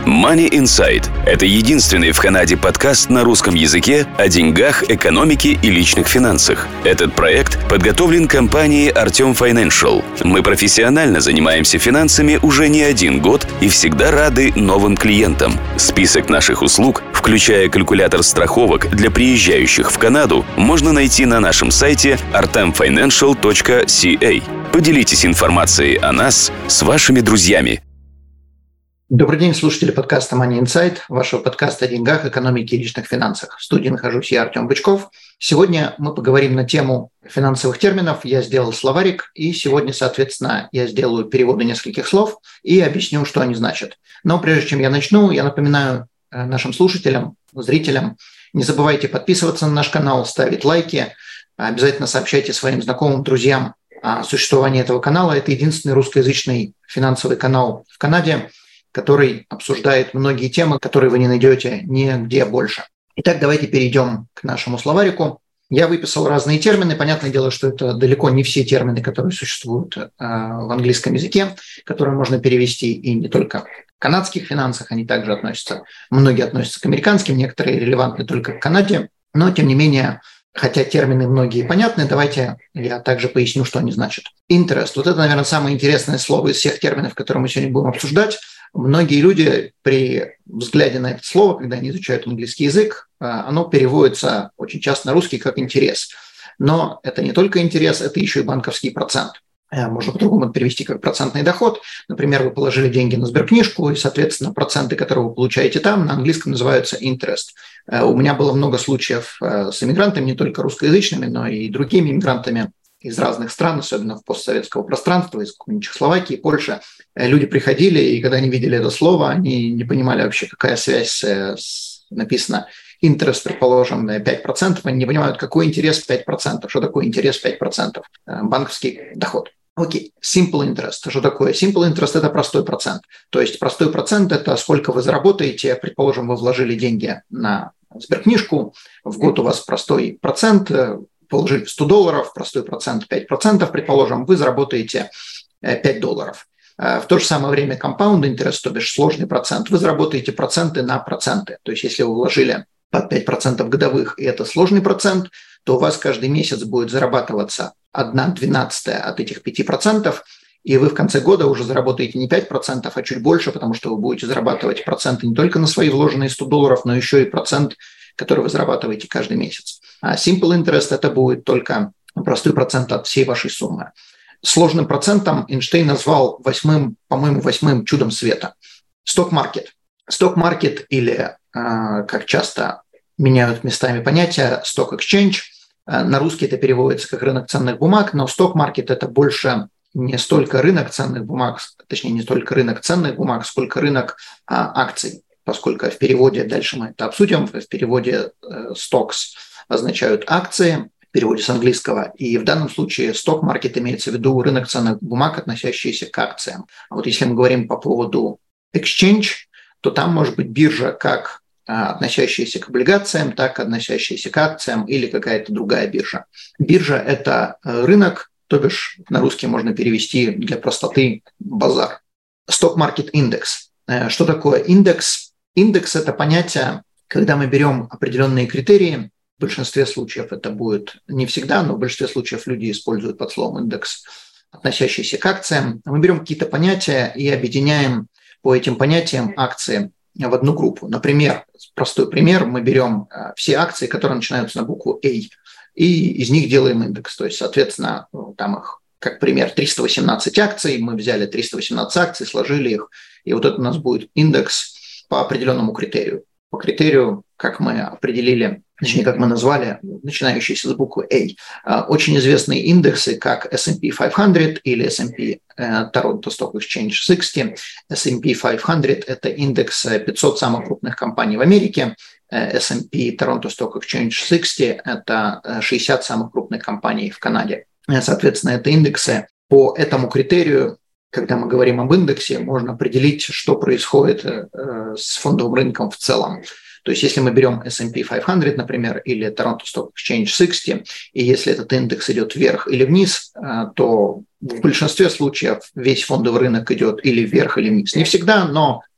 Money Insight – это единственный в Канаде подкаст на русском языке о деньгах, экономике и личных финансах. Этот проект подготовлен компанией Artem Financial. Мы профессионально занимаемся финансами уже не один год и всегда рады новым клиентам. Список наших услуг, включая калькулятор страховок для приезжающих в Канаду, можно найти на нашем сайте artemfinancial.ca. Поделитесь информацией о нас с вашими друзьями. Добрый день, слушатели подкаста Money Insight, вашего подкаста о деньгах, экономике и личных финансах. В студии нахожусь я, Артем Бычков. Сегодня мы поговорим на тему финансовых терминов. Я сделал словарик, и сегодня, соответственно, я сделаю переводы нескольких слов и объясню, что они значат. Но прежде чем я начну, я напоминаю нашим слушателям, зрителям, не забывайте подписываться на наш канал, ставить лайки, обязательно сообщайте своим знакомым, друзьям о существовании этого канала. Это единственный русскоязычный финансовый канал в Канаде, который обсуждает многие темы, которые вы не найдете нигде больше. Итак, давайте перейдем к нашему словарику. Я выписал разные термины. Понятное дело, что это далеко не все термины, которые существуют в английском языке, которые можно перевести и не только в канадских финансах, они также относятся, многие относятся к американским, некоторые релевантны только к Канаде. Но, тем не менее, хотя термины многие понятны, давайте я также поясню, что они значат. Interest. Вот это, наверное, самое интересное слово из всех терминов, которые мы сегодня будем обсуждать. Многие люди при взгляде на это слово, когда они изучают английский язык, оно переводится очень часто на русский как интерес. Но это не только интерес, это еще и банковский процент. Можно по-другому перевести как процентный доход. Например, вы положили деньги на сберкнижку, и, соответственно, проценты, которые вы получаете там, на английском называются interest. У меня было много случаев с иммигрантами, не только русскоязычными, но и другими иммигрантами из разных стран, особенно в постсоветского пространства, из Чехословакии, Польши. Люди приходили, и когда они видели это слово, они не понимали вообще, какая связь написано interest, предположим, 5%. Они не понимают, какой интерес 5%, что такое интерес 5%, банковский доход. Окей, simple interest. Что такое? Simple interest – это простой процент. То есть простой процент – это сколько вы заработаете. Предположим, вы вложили деньги на сберкнижку, в год у вас простой процент, положили $100, простой процент 5%, предположим, вы заработаете $5. В то же самое время compound interest, то бишь сложный процент, вы заработаете проценты на проценты. То есть если вы вложили под 5% годовых, и это сложный процент, то у вас каждый месяц будет зарабатываться 1/12 от этих 5%, и вы в конце года уже заработаете не 5%, а чуть больше, потому что вы будете зарабатывать проценты не только на свои вложенные $100, но еще и процент, который вы зарабатываете каждый месяц. А simple interest – это будет только простой процент от всей вашей суммы. Сложным процентом Эйнштейн назвал восьмым чудом света. Stock-market. Stock-market или, как часто меняют местами понятие, stock exchange. На русский это переводится как рынок ценных бумаг, но stock-market – это больше не столько рынок ценных бумаг, точнее не столько рынок ценных бумаг, сколько рынок акций. Поскольку в переводе, дальше мы это обсудим, в переводе stocks означают акции, в переводе с английского. И в данном случае stock-market имеется в виду рынок ценных бумаг, относящийся к акциям. А вот если мы говорим по поводу exchange, то там может быть биржа как относящаяся к облигациям, так и относящаяся к акциям или какая-то другая биржа. Биржа – это рынок, то бишь на русский можно перевести для простоты базар. Stock-market индекс. Что такое индекс? Индекс – это понятие, когда мы берем определенные критерии. В большинстве случаев это будет не всегда, но в большинстве случаев люди используют под словом индекс, относящийся к акциям. Мы берем какие-то понятия и объединяем по этим понятиям акции в одну группу. Например, простой пример, мы берем все акции, которые начинаются на букву A, и из них делаем индекс. То есть, соответственно, там их, как пример, 318 акций, мы взяли 318 акций, сложили их, и вот это у нас будет индекс по определенному критерию. По критерию, как мы определили, точнее, как мы назвали, начинающийся с буквы A. Очень известные индексы, как S&P 500 или S&P Toronto Stock Exchange 60. S&P 500 – это индекс 500 самых крупных компаний в Америке. S&P Toronto Stock Exchange 60 – это 60 самых крупных компаний в Канаде. Соответственно, это индексы по этому критерию. Когда мы говорим об индексе, можно определить, что происходит с фондовым рынком в целом. То есть если мы берем S&P 500, например, или Toronto Stock Exchange 60, и если этот индекс идет вверх или вниз, то в большинстве случаев весь фондовый рынок идет или вверх, или вниз. Не всегда, но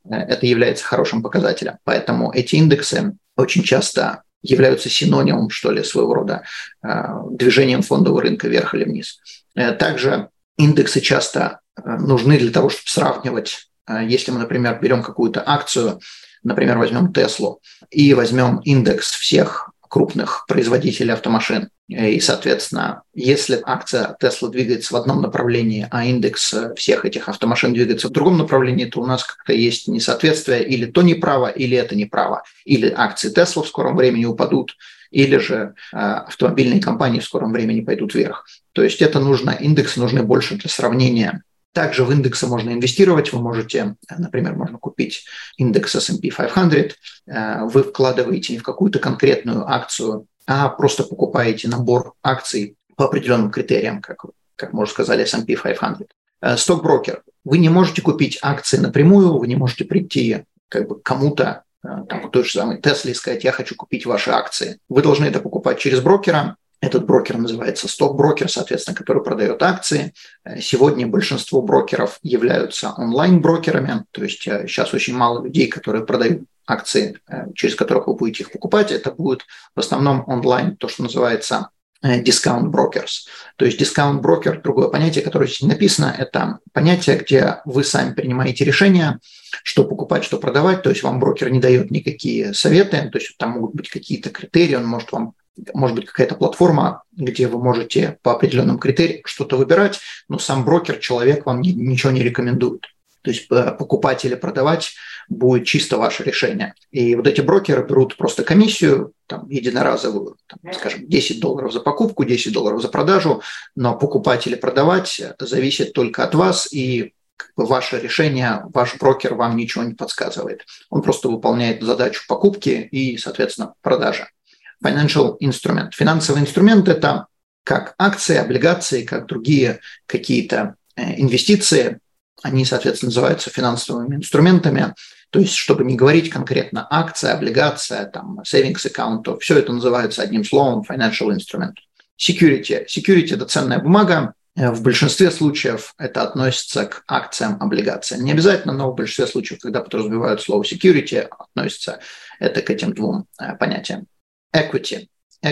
это является хорошим показателем. Поэтому эти индексы очень часто являются синонимом, что ли, своего рода движением фондового рынка вверх или вниз. Также индексы часто нужны для того, чтобы сравнивать, если мы, например, берем какую-то акцию, например, возьмем Теслу и возьмем индекс всех крупных производителей автомашин. И, соответственно, если акция Tesla двигается в одном направлении, а индекс всех этих автомашин двигается в другом направлении, то у нас как-то есть несоответствие, или то неправо, или это неправо. Или акции Tesla в скором времени упадут, или же автомобильные компании в скором времени пойдут вверх. То есть это нужно, индексы нужны больше для сравнения. Также в индексы можно инвестировать. Вы можете, например, можно купить индекс S&P 500. Вы вкладываете не в какую-то конкретную акцию, а просто покупаете набор акций по определенным критериям, как мы уже сказали, S&P 500. Стокброкер. Вы не можете купить акции напрямую, вы не можете прийти к кому-то, к той же самой Тесле, и сказать: я хочу купить ваши акции. Вы должны это покупать через брокера. Этот брокер называется стокброкер, соответственно, который продает акции. Сегодня большинство брокеров являются онлайн-брокерами, то есть сейчас очень мало людей, которые продают акции, через которых вы будете их покупать. Это будет в основном онлайн, то, что называется discount brokers. То есть discount broker, другое понятие, которое здесь не написано, это понятие, где вы сами принимаете решение, что покупать, что продавать. То есть вам брокер не дает никакие советы, то есть там могут быть какие-то критерии, может быть какая-то платформа, где вы можете по определенным критериям что-то выбирать, но сам брокер, человек вам ничего не рекомендует. То есть покупать или продавать будет чисто ваше решение. И вот эти брокеры берут просто комиссию, единоразовую, скажем, $10 за покупку, $10 за продажу, но покупать или продавать зависит только от вас, и ваше решение, ваш брокер вам ничего не подсказывает. Он просто выполняет задачу покупки и, соответственно, продажи. Financial instrument. Финансовый инструмент – это как акции, облигации, как другие какие-то инвестиции. Они, соответственно, называются финансовыми инструментами. То есть, чтобы не говорить конкретно акция, облигация, savings account, то все это называется одним словом financial instrument. Security. Security – это ценная бумага. В большинстве случаев это относится к акциям, облигациям. Не обязательно, но в большинстве случаев, когда подразумевают слово security, относится это к этим двум понятиям. Equity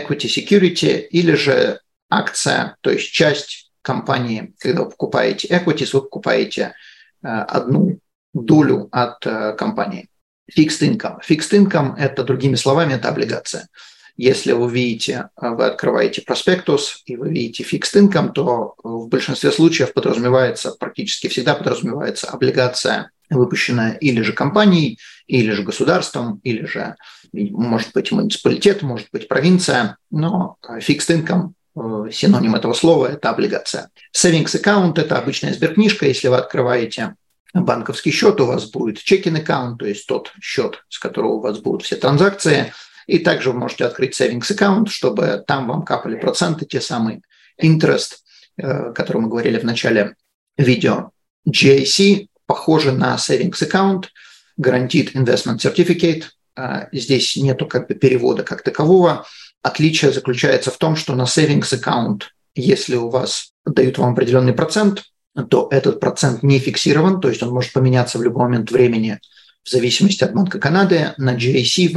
security или же акция, то есть часть компании, когда вы покупаете equities, вы покупаете одну долю от компании. Fixed income – это, другими словами, это облигация. Если вы видите, вы открываете проспектус и вы видите fixed income, то в большинстве случаев практически всегда подразумевается облигация, выпущенная или же компанией, или же государством, или же, может быть, муниципалитет, может быть, провинция, но fixed income, синоним этого слова, это облигация. Savings account – это обычная сберкнижка. Если вы открываете банковский счет, у вас будет checking account, то есть тот счет, с которого у вас будут все транзакции. И также вы можете открыть savings account, чтобы там вам капали проценты, те самые interest, о котором мы говорили в начале видео. GIC похоже на savings account, Guaranteed Investment Certificate. Здесь нету перевода как такового. Отличие заключается в том, что на savings account, если у вас дают вам определенный процент, то этот процент не фиксирован, то есть он может поменяться в любой момент времени в зависимости от Банка Канады. На GIC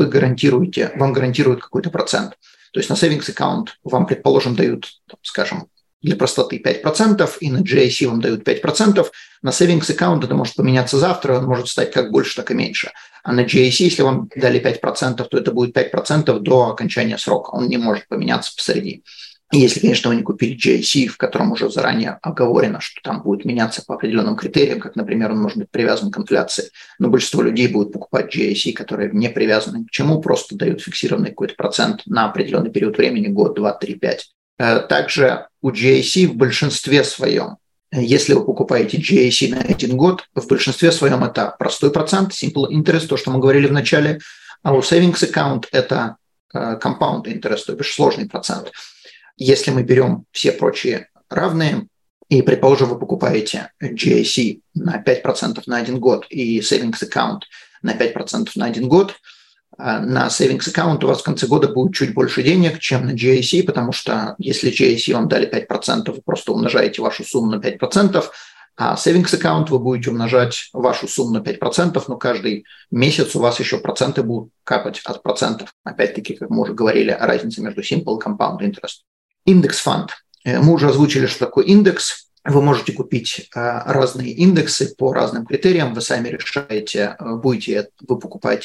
вам гарантируют какой-то процент. То есть на savings account вам, предположим, дают, скажем, для простоты 5%, и на GIC вам дают 5%. На savings account это может поменяться завтра, он может стать как больше, так и меньше. А на GIC, если вам дали 5%, то это будет 5% до окончания срока. Он не может поменяться посреди. Если, конечно, вы не купили GIC, в котором уже заранее оговорено, что там будет меняться по определенным критериям, как, например, он может быть привязан к инфляции. Но большинство людей будут покупать GIC, которые не привязаны ни к чему, просто дают фиксированный какой-то процент на определенный период времени, год, 2, 3, 5. Также у GIC в большинстве своем, если вы покупаете GIC на 1 год, в большинстве своем это простой процент, simple interest, то, что мы говорили в начале, а у savings account это compound interest, то бишь сложный процент. Если мы берем все прочие равные, и, предположим, вы покупаете GIC на 5% на 1 год и savings account на 5% на 1 год, на savings account у вас в конце года будет чуть больше денег, чем на GIC, потому что если GIC вам дали 5%, вы просто умножаете вашу сумму на 5%, А savings аккаунт вы будете умножать вашу сумму на 5%, но каждый месяц у вас еще проценты будут капать от процентов. Опять-таки, как мы уже говорили, разница между simple и compound interest. Индекс-фонд. Мы уже озвучили, что такое индекс. Вы можете купить разные индексы по разным критериям. Вы сами решаете, будете вы покупать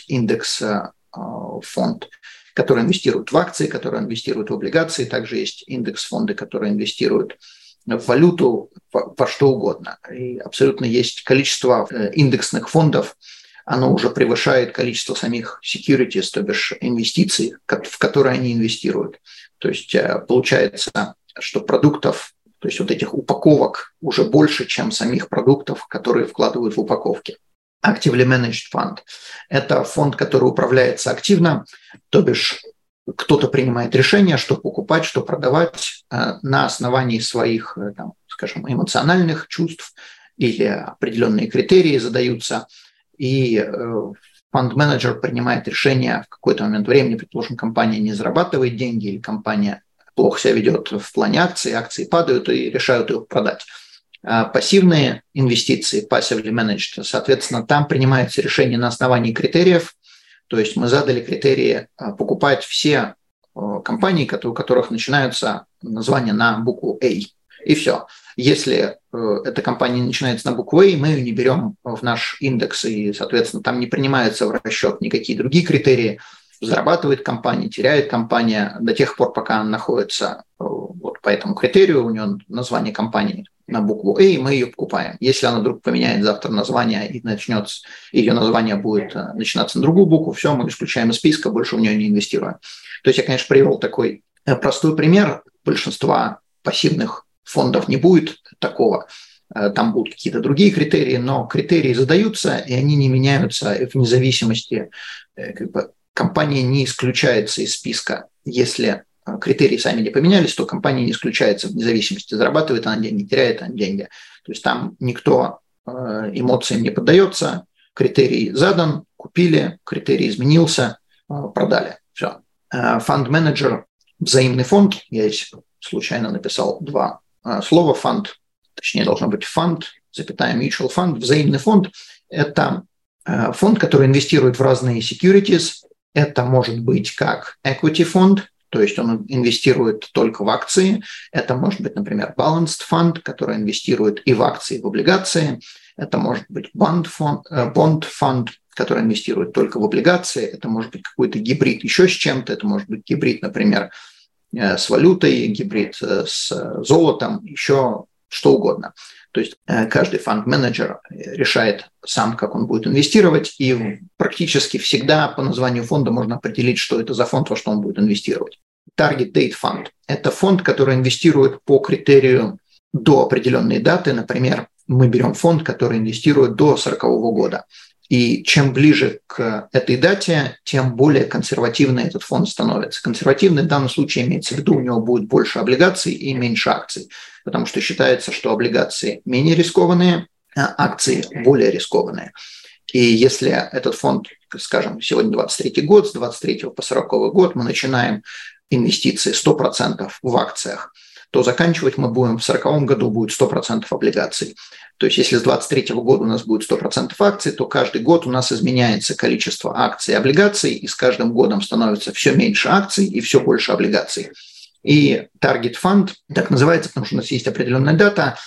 индекс-фонд, который инвестирует в акции, который инвестирует в облигации. Также есть индекс-фонды, которые инвестируют в валюту, во что угодно. И абсолютно есть количество индексных фондов, оно уже превышает количество самих securities, то бишь инвестиций, в которые они инвестируют. То есть получается, что продуктов, то есть вот этих упаковок уже больше, чем самих продуктов, которые вкладывают в упаковки. Actively Managed Fund – это фонд, который управляется активно, то бишь кто-то принимает решение, что покупать, что продавать на основании своих, там, скажем, эмоциональных чувств или определенные критерии задаются, и фонд-менеджер принимает решение в какой-то момент времени, предположим, компания не зарабатывает деньги или компания плохо себя ведет в плане акций, акции падают и решают их продать. Пассивные инвестиции, passively managed, соответственно, там принимается решение на основании критериев. То есть мы задали критерии покупать все компании, у которых начинаются названия на букву A. И все. Если эта компания начинается на букву A, мы ее не берем в наш индекс, и, соответственно, там не принимаются в расчет никакие другие критерии. Зарабатывает компания, теряет компания до тех пор, пока она находится вот по этому критерию, у нее название компании на букву A, мы ее покупаем. Если она вдруг поменяет завтра название и ее название будет начинаться на другую букву, все, мы исключаем из списка, больше в нее не инвестируем. То есть я, конечно, привел такой простой пример. Большинства пассивных фондов не будет такого. Там будут какие-то другие критерии, но критерии задаются, и они не меняются вне зависимости. Компания не исключается из списка. Если критерии сами не поменялись, то компания не исключается вне зависимости, зарабатывает она деньги, теряет она деньги. То есть там никто эмоциям не поддается, критерий задан, купили, критерий изменился, продали. Все. Фонд-менеджер, взаимный фонд, я здесь случайно написал два слова, фонд, точнее должно быть фонд, запятая mutual fund, взаимный фонд – это фонд, который инвестирует в разные securities. Это может быть как equity фонд, то есть он инвестирует только в акции. Это может быть, например, balanced fund, который инвестирует и в акции, и в облигации. Это может быть bond fund, который инвестирует только в облигации. Это может быть какой-то гибрид еще с чем-то. Это может быть гибрид, например, с валютой, гибрид с золотом, еще что угодно. То есть каждый фонд-менеджер решает сам, как он будет инвестировать, и практически всегда по названию фонда можно определить, что это за фонд, во что он будет инвестировать. Target Date Fund – это фонд, который инвестирует по критерию до определенной даты. Например, мы берем фонд, который инвестирует до 40-го года. И чем ближе к этой дате, тем более консервативный этот фонд становится. Консервативный в данном случае имеется в виду, у него будет больше облигаций и меньше акций, потому что считается, что облигации менее рискованные, а акции более рискованные. И если этот фонд, скажем, сегодня 23 год, с 23 по 40 год мы начинаем инвестиции 100% в акциях, то заканчивать мы будем в 40 году будет 100% облигаций. То есть если с 2023 года у нас будет 100% акций, то каждый год у нас изменяется количество акций и облигаций, и с каждым годом становится все меньше акций и все больше облигаций. И Target Fund так называется, потому что у нас есть определенная дата,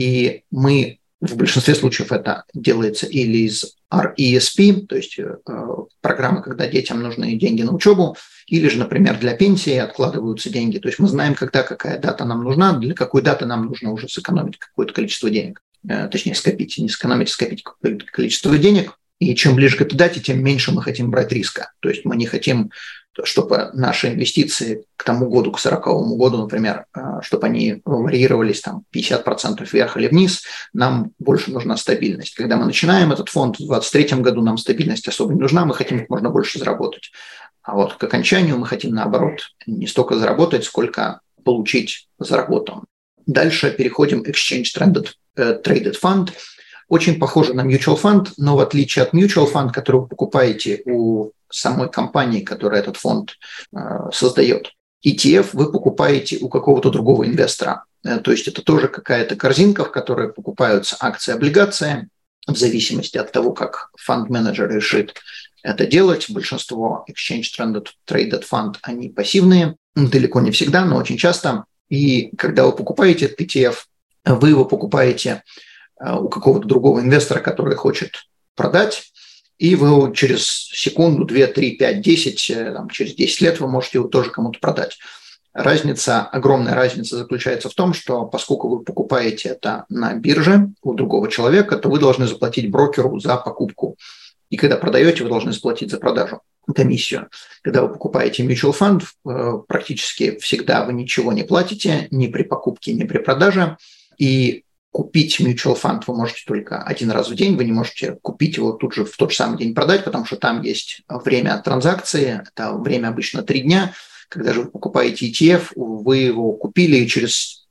и мы в большинстве случаев это делается или из RESP, то есть программы, когда детям нужны деньги на учебу, или же, например, для пенсии откладываются деньги. То есть мы знаем, когда какая дата нам нужна, для какой даты нам нужно уже сэкономить какое-то количество денег. Точнее, скопить, не сэкономить, а скопить какое-то количество денег. И чем ближе к этой дате, тем меньше мы хотим брать риска. То есть мы не хотим, чтобы наши инвестиции к тому году, к 40-му году, например, чтобы они варьировались там 50% вверх или вниз, нам больше нужна стабильность. Когда мы начинаем этот фонд в 2023 году, нам стабильность особо не нужна, мы хотим как можно больше заработать. А вот к окончанию мы хотим, наоборот, не столько заработать, сколько получить за работу. Дальше переходим к Exchange Traded Fund. Очень похоже на mutual fund, но в отличие от mutual fund, который вы покупаете у самой компании, которая этот фонд создает, ETF вы покупаете у какого-то другого инвестора. То есть это тоже какая-то корзинка, в которой покупаются акции, облигации, в зависимости от того, как фонд-менеджер решит это делать. Большинство Exchange Traded Fund, они пассивные, далеко не всегда, но очень часто. И когда вы покупаете этот ETF, вы его покупаете у какого-то другого инвестора, который хочет продать, и вы его через секунду, 2, 3, 5, 10, через 10 лет вы можете его тоже кому-то продать. Огромная разница заключается в том, что поскольку вы покупаете это на бирже у другого человека, то вы должны заплатить брокеру за покупку. И когда продаете, вы должны заплатить за продажу комиссию. Когда вы покупаете mutual fund, практически всегда вы ничего не платите ни при покупке, ни при продаже. И купить mutual fund вы можете только один раз в день, вы не можете купить его тут же в тот же самый день продать, потому что там есть время транзакции, это время обычно 3 дня. Когда же вы покупаете ETF, вы его купили и через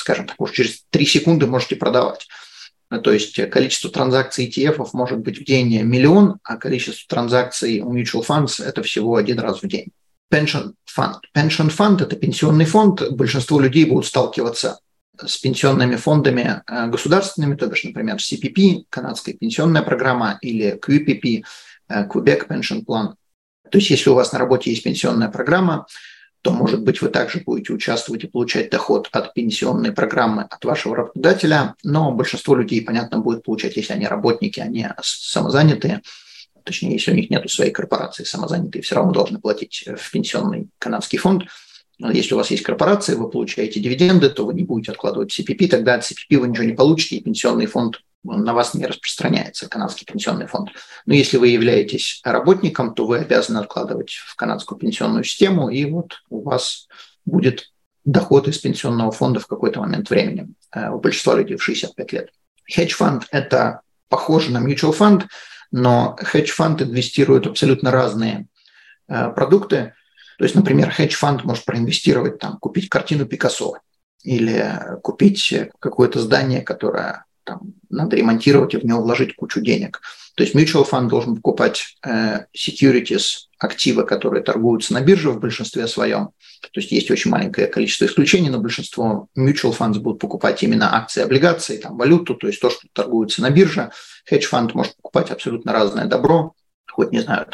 3 секунды можете продавать. То есть количество транзакций ETF может быть в день 1 миллион, а количество транзакций у mutual funds – это всего 1 раз в день. Pension fund. Pension fund – это пенсионный фонд. Большинство людей будут сталкиваться с пенсионными фондами государственными, то бишь, например, CPP, канадская пенсионная программа, или QPP, Quebec Pension Plan. То есть если у вас на работе есть пенсионная программа, то, может быть, вы также будете участвовать и получать доход от пенсионной программы от вашего работодателя, но большинство людей, понятно, будет получать, если они работники, они самозанятые, точнее, если у них нет своей корпорации, самозанятые все равно должны платить в пенсионный канадский фонд. Если у вас есть корпорация, вы получаете дивиденды, то вы не будете откладывать в CPP, тогда от CPP вы ничего не получите, и пенсионный фонд на вас не распространяется, канадский пенсионный фонд. Но если вы являетесь работником, то вы обязаны откладывать в канадскую пенсионную систему, и вот у вас будет доход из пенсионного фонда в какой-то момент времени. У большинства людей в 65 лет. Хедж-фонд – это похоже на mutual fund, но хедж-фонд инвестирует абсолютно разные продукты. То есть, например, хедж-фонд может проинвестировать, купить картину Пикассо или купить какое-то здание, которое надо ремонтировать и в него вложить кучу денег. То есть mutual fund должен покупать securities, активы, которые торгуются на бирже в большинстве своем. То есть есть очень маленькое количество исключений, но большинство mutual funds будут покупать именно акции, облигации, валюту, то есть то, что торгуется на бирже. Hedge fund может покупать абсолютно разное добро, хоть, не знаю,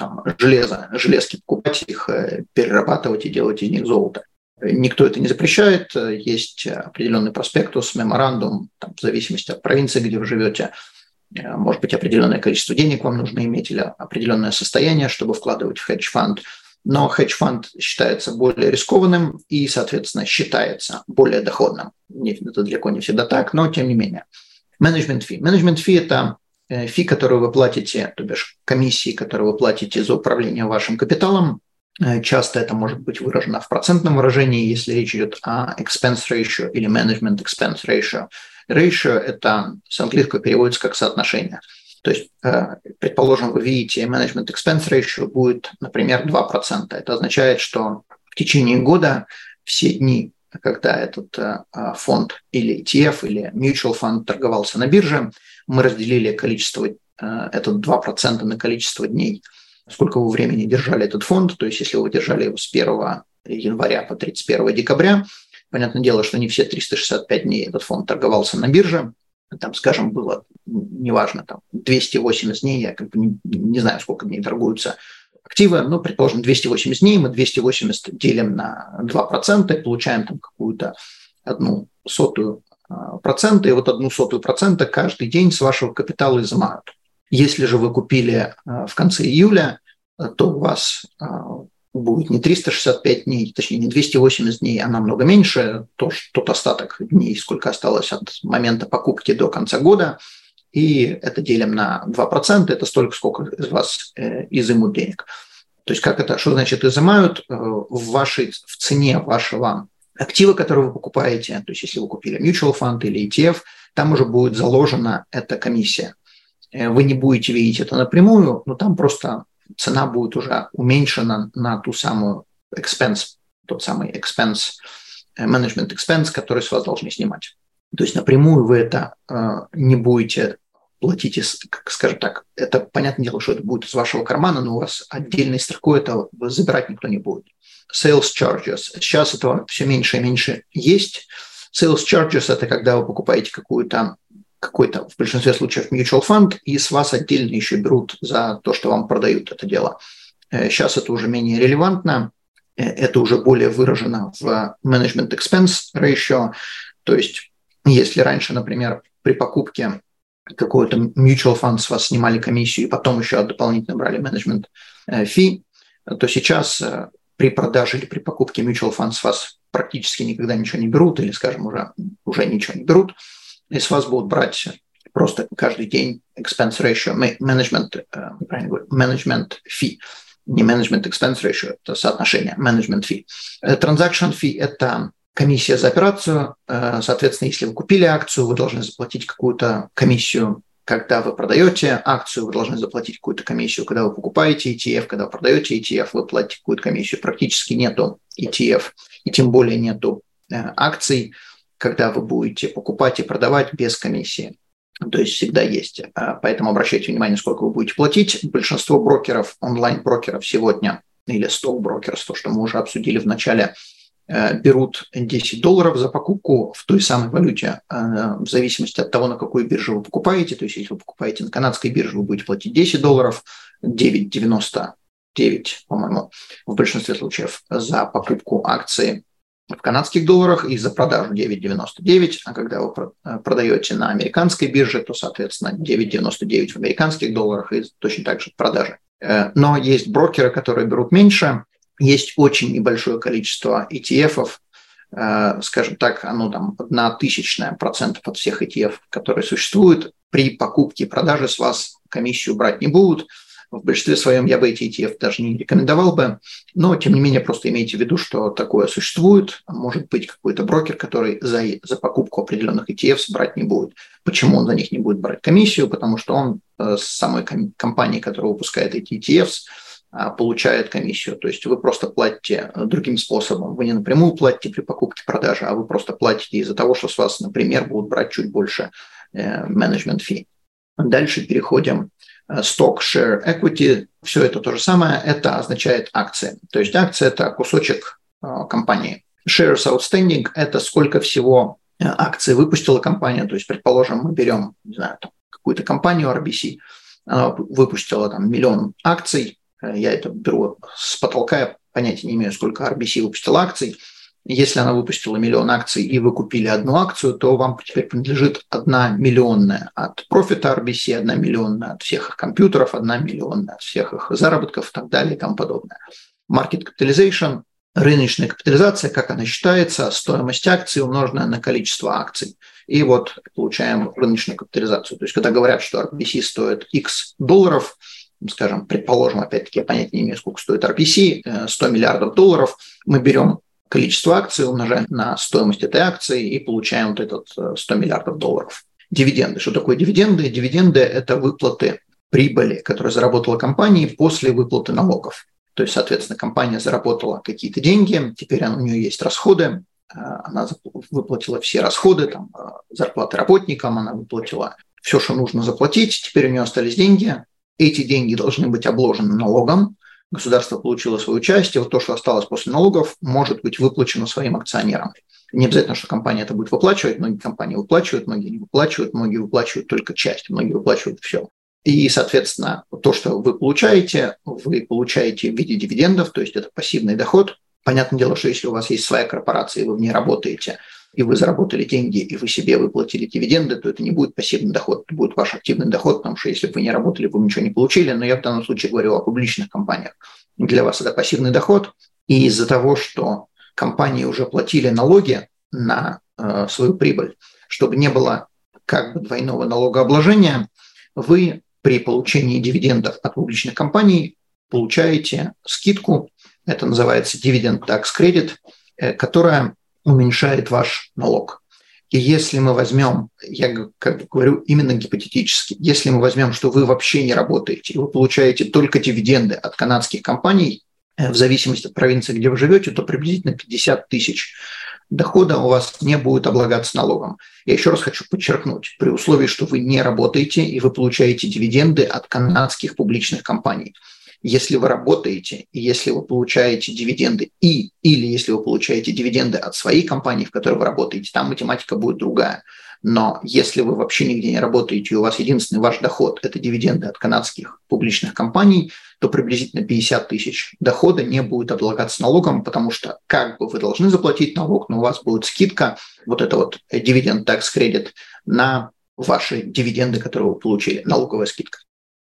железки покупать, их перерабатывать и делать из них золото. Никто это не запрещает, есть определенный проспектус, меморандум, в зависимости от провинции, где вы живете, может быть, определенное количество денег вам нужно иметь или определенное состояние, чтобы вкладывать в хедж-фанд. Но хедж-фанд считается более рискованным и, соответственно, считается более доходным. Это далеко не всегда так, но тем не менее. Management fee. Management fee – это фи, которую вы платите, то бишь комиссии, которые вы платите за управление вашим капиталом. Часто это может быть выражено в процентном выражении, если речь идет о expense ratio или management expense ratio. Ratio – это с английского переводится как соотношение. То есть, предположим, вы видите, management expense ratio будет, например, 2%. Это означает, что в течение года все дни, когда этот фонд или ETF, или mutual fund торговался на бирже, мы разделили этот 2% на количество дней, сколько вы времени держали этот фонд. То есть, если вы держали его с 1 января по 31 декабря, понятное дело, что не все 365 дней этот фонд торговался на бирже. Скажем, было, неважно, 280 дней, я не знаю, сколько дней торгуются активы, но, предположим, 280 дней, мы 280 делим на 2% и получаем какую-то 0,01%, и вот 0,01% каждый день с вашего капитала изымают. Если же вы купили в конце июля, то у вас будет не 365 дней, точнее не 280 дней, а намного меньше, тот остаток дней, сколько осталось от момента покупки до конца года, и это делим на 2%, это столько, сколько из вас изымут денег. То есть что значит изымают? В цене вашего актива, который вы покупаете, то есть если вы купили mutual fund или ETF, там уже будет заложена эта комиссия. Вы не будете видеть это напрямую, но там просто цена будет уже уменьшена на ту самую expense, тот самый expense, management expense, который с вас должны снимать. То есть напрямую вы это не будете платить, скажем так, это понятное дело, что это будет из вашего кармана, но у вас отдельной строкой это забирать никто не будет. sales charges. Сейчас этого все меньше и меньше есть. Sales charges – это когда вы покупаете какой-то, в большинстве случаев, mutual fund, и с вас отдельно еще берут за то, что вам продают это дело. Сейчас это уже менее релевантно, это уже более выражено в management expense ratio. То есть если раньше, например, при покупке какой-то mutual fund с вас снимали комиссию и потом еще дополнительно брали management fee, то сейчас при продаже или при покупке mutual fund с вас практически никогда ничего не берут, или, скажем, уже ничего не берут, и с вас будут брать просто каждый день expense ratio, management fee. Не management expense ratio, это соотношение management fee. Transaction fee – это комиссия за операцию. Соответственно, если вы купили акцию, вы должны заплатить какую-то комиссию. Когда вы продаете акцию, вы должны заплатить какую-то комиссию. Когда вы покупаете ETF, когда вы продаете ETF, вы платите какую-то комиссию. Практически нету ETF, и тем более нету акций, когда вы будете покупать и продавать без комиссии. То есть всегда есть. Поэтому обращайте внимание, сколько вы будете платить. Большинство брокеров, онлайн-брокеров сегодня, или стоck-брокеров, то, что мы уже обсудили в начале, берут $10 за покупку в той самой валюте, в зависимости от того, на какую биржу вы покупаете. То есть если вы покупаете на канадской бирже, вы будете платить $10, 9,99, по-моему, в большинстве случаев за покупку акции в канадских долларах и за продажу 9,99, а когда вы продаете на американской бирже, то, соответственно, 9,99 в американских долларах и точно так же в продаже. Но есть брокеры, которые берут меньше, есть очень небольшое количество ETF-ов, скажем так, оно там 0,01% от всех ETF, которые существуют, при покупке и продаже с вас комиссию брать не будут. В большинстве своем я бы эти ETF даже не рекомендовал бы, но, тем не менее, просто имейте в виду, что такое существует. Может быть какой-то брокер, который за покупку определенных ETFs брать не будет. Почему он за них не будет брать комиссию? Потому что он с самой компании, которая выпускает эти ETFs, получает комиссию. То есть вы просто платите другим способом. Вы не напрямую платите при покупке-продаже, а вы просто платите из-за того, что с вас, например, будут брать чуть больше management fee. Дальше переходим. Stock, share, equity, все это то же самое, это означает акции. То есть акция – это кусочек компании. Shares outstanding – это сколько всего акций выпустила компания. То есть, предположим, мы берем, не знаю, там, какую-то компанию RBC, она выпустила там 1 000 000 акций, я это беру с потолка, я понятия не имею, сколько RBC выпустила акций. Если она выпустила 1 000 000 акций, и вы купили одну акцию, то вам теперь принадлежит 1 миллионная от профита RBC, 1 миллионная от всех их компьютеров, 1 миллионная от всех их заработков и так далее и тому подобное. Market capitalization, рыночная капитализация, как она считается, стоимость акций, умноженная на количество акций. И вот получаем рыночную капитализацию. То есть когда говорят, что RBC стоит X долларов, скажем, предположим, опять-таки, я понятия не имею, сколько стоит RBC, $100 миллиардов, мы берем количество акций, умножаем на стоимость этой акции и получаем вот этот $100 миллиардов. Дивиденды. Что такое дивиденды? Дивиденды – это выплаты прибыли, которую заработала компания после выплаты налогов. То есть, соответственно, компания заработала какие-то деньги, теперь у нее есть расходы, она выплатила все расходы, там, зарплаты работникам, она выплатила все, что нужно заплатить, теперь у нее остались деньги. Эти деньги должны быть обложены налогом. Государство получило свою часть, и вот то, что осталось после налогов, может быть выплачено своим акционерам. Не обязательно, что компания это будет выплачивать. Многие компании выплачивают, многие не выплачивают, многие выплачивают только часть, многие выплачивают все. И, соответственно, то, что вы получаете в виде дивидендов, то есть это пассивный доход. Понятное дело, что если у вас есть своя корпорация, и вы в ней работаете, и вы заработали деньги, и вы себе выплатили дивиденды, то это не будет пассивный доход, это будет ваш активный доход, потому что если бы вы не работали, вы ничего не получили. Но я в данном случае говорю о публичных компаниях. Для вас это пассивный доход. И из-за того, что компании уже платили налоги на свою прибыль, чтобы не было как бы двойного налогообложения, вы при получении дивидендов от публичных компаний получаете скидку, это называется Dividend Tax Credit, которая уменьшает ваш налог. И если мы возьмем, я как бы говорю именно гипотетически, если мы возьмем, что вы вообще не работаете, и вы получаете только дивиденды от канадских компаний, в зависимости от провинции, где вы живете, то приблизительно 50 тысяч дохода у вас не будет облагаться налогом. Я еще раз хочу подчеркнуть, при условии, что вы не работаете и вы получаете дивиденды от канадских публичных компаний. Если вы работаете, и если вы получаете дивиденды, или если вы получаете дивиденды от своей компании, в которой вы работаете, там математика будет другая. Но если вы вообще нигде не работаете, и у вас единственный ваш доход – это дивиденды от канадских публичных компаний, то приблизительно 50 тысяч дохода не будет облагаться налогом, потому что как бы вы должны заплатить налог, но у вас будет скидка, вот это вот dividend tax credit, на ваши дивиденды, которые вы получили, налоговая скидка.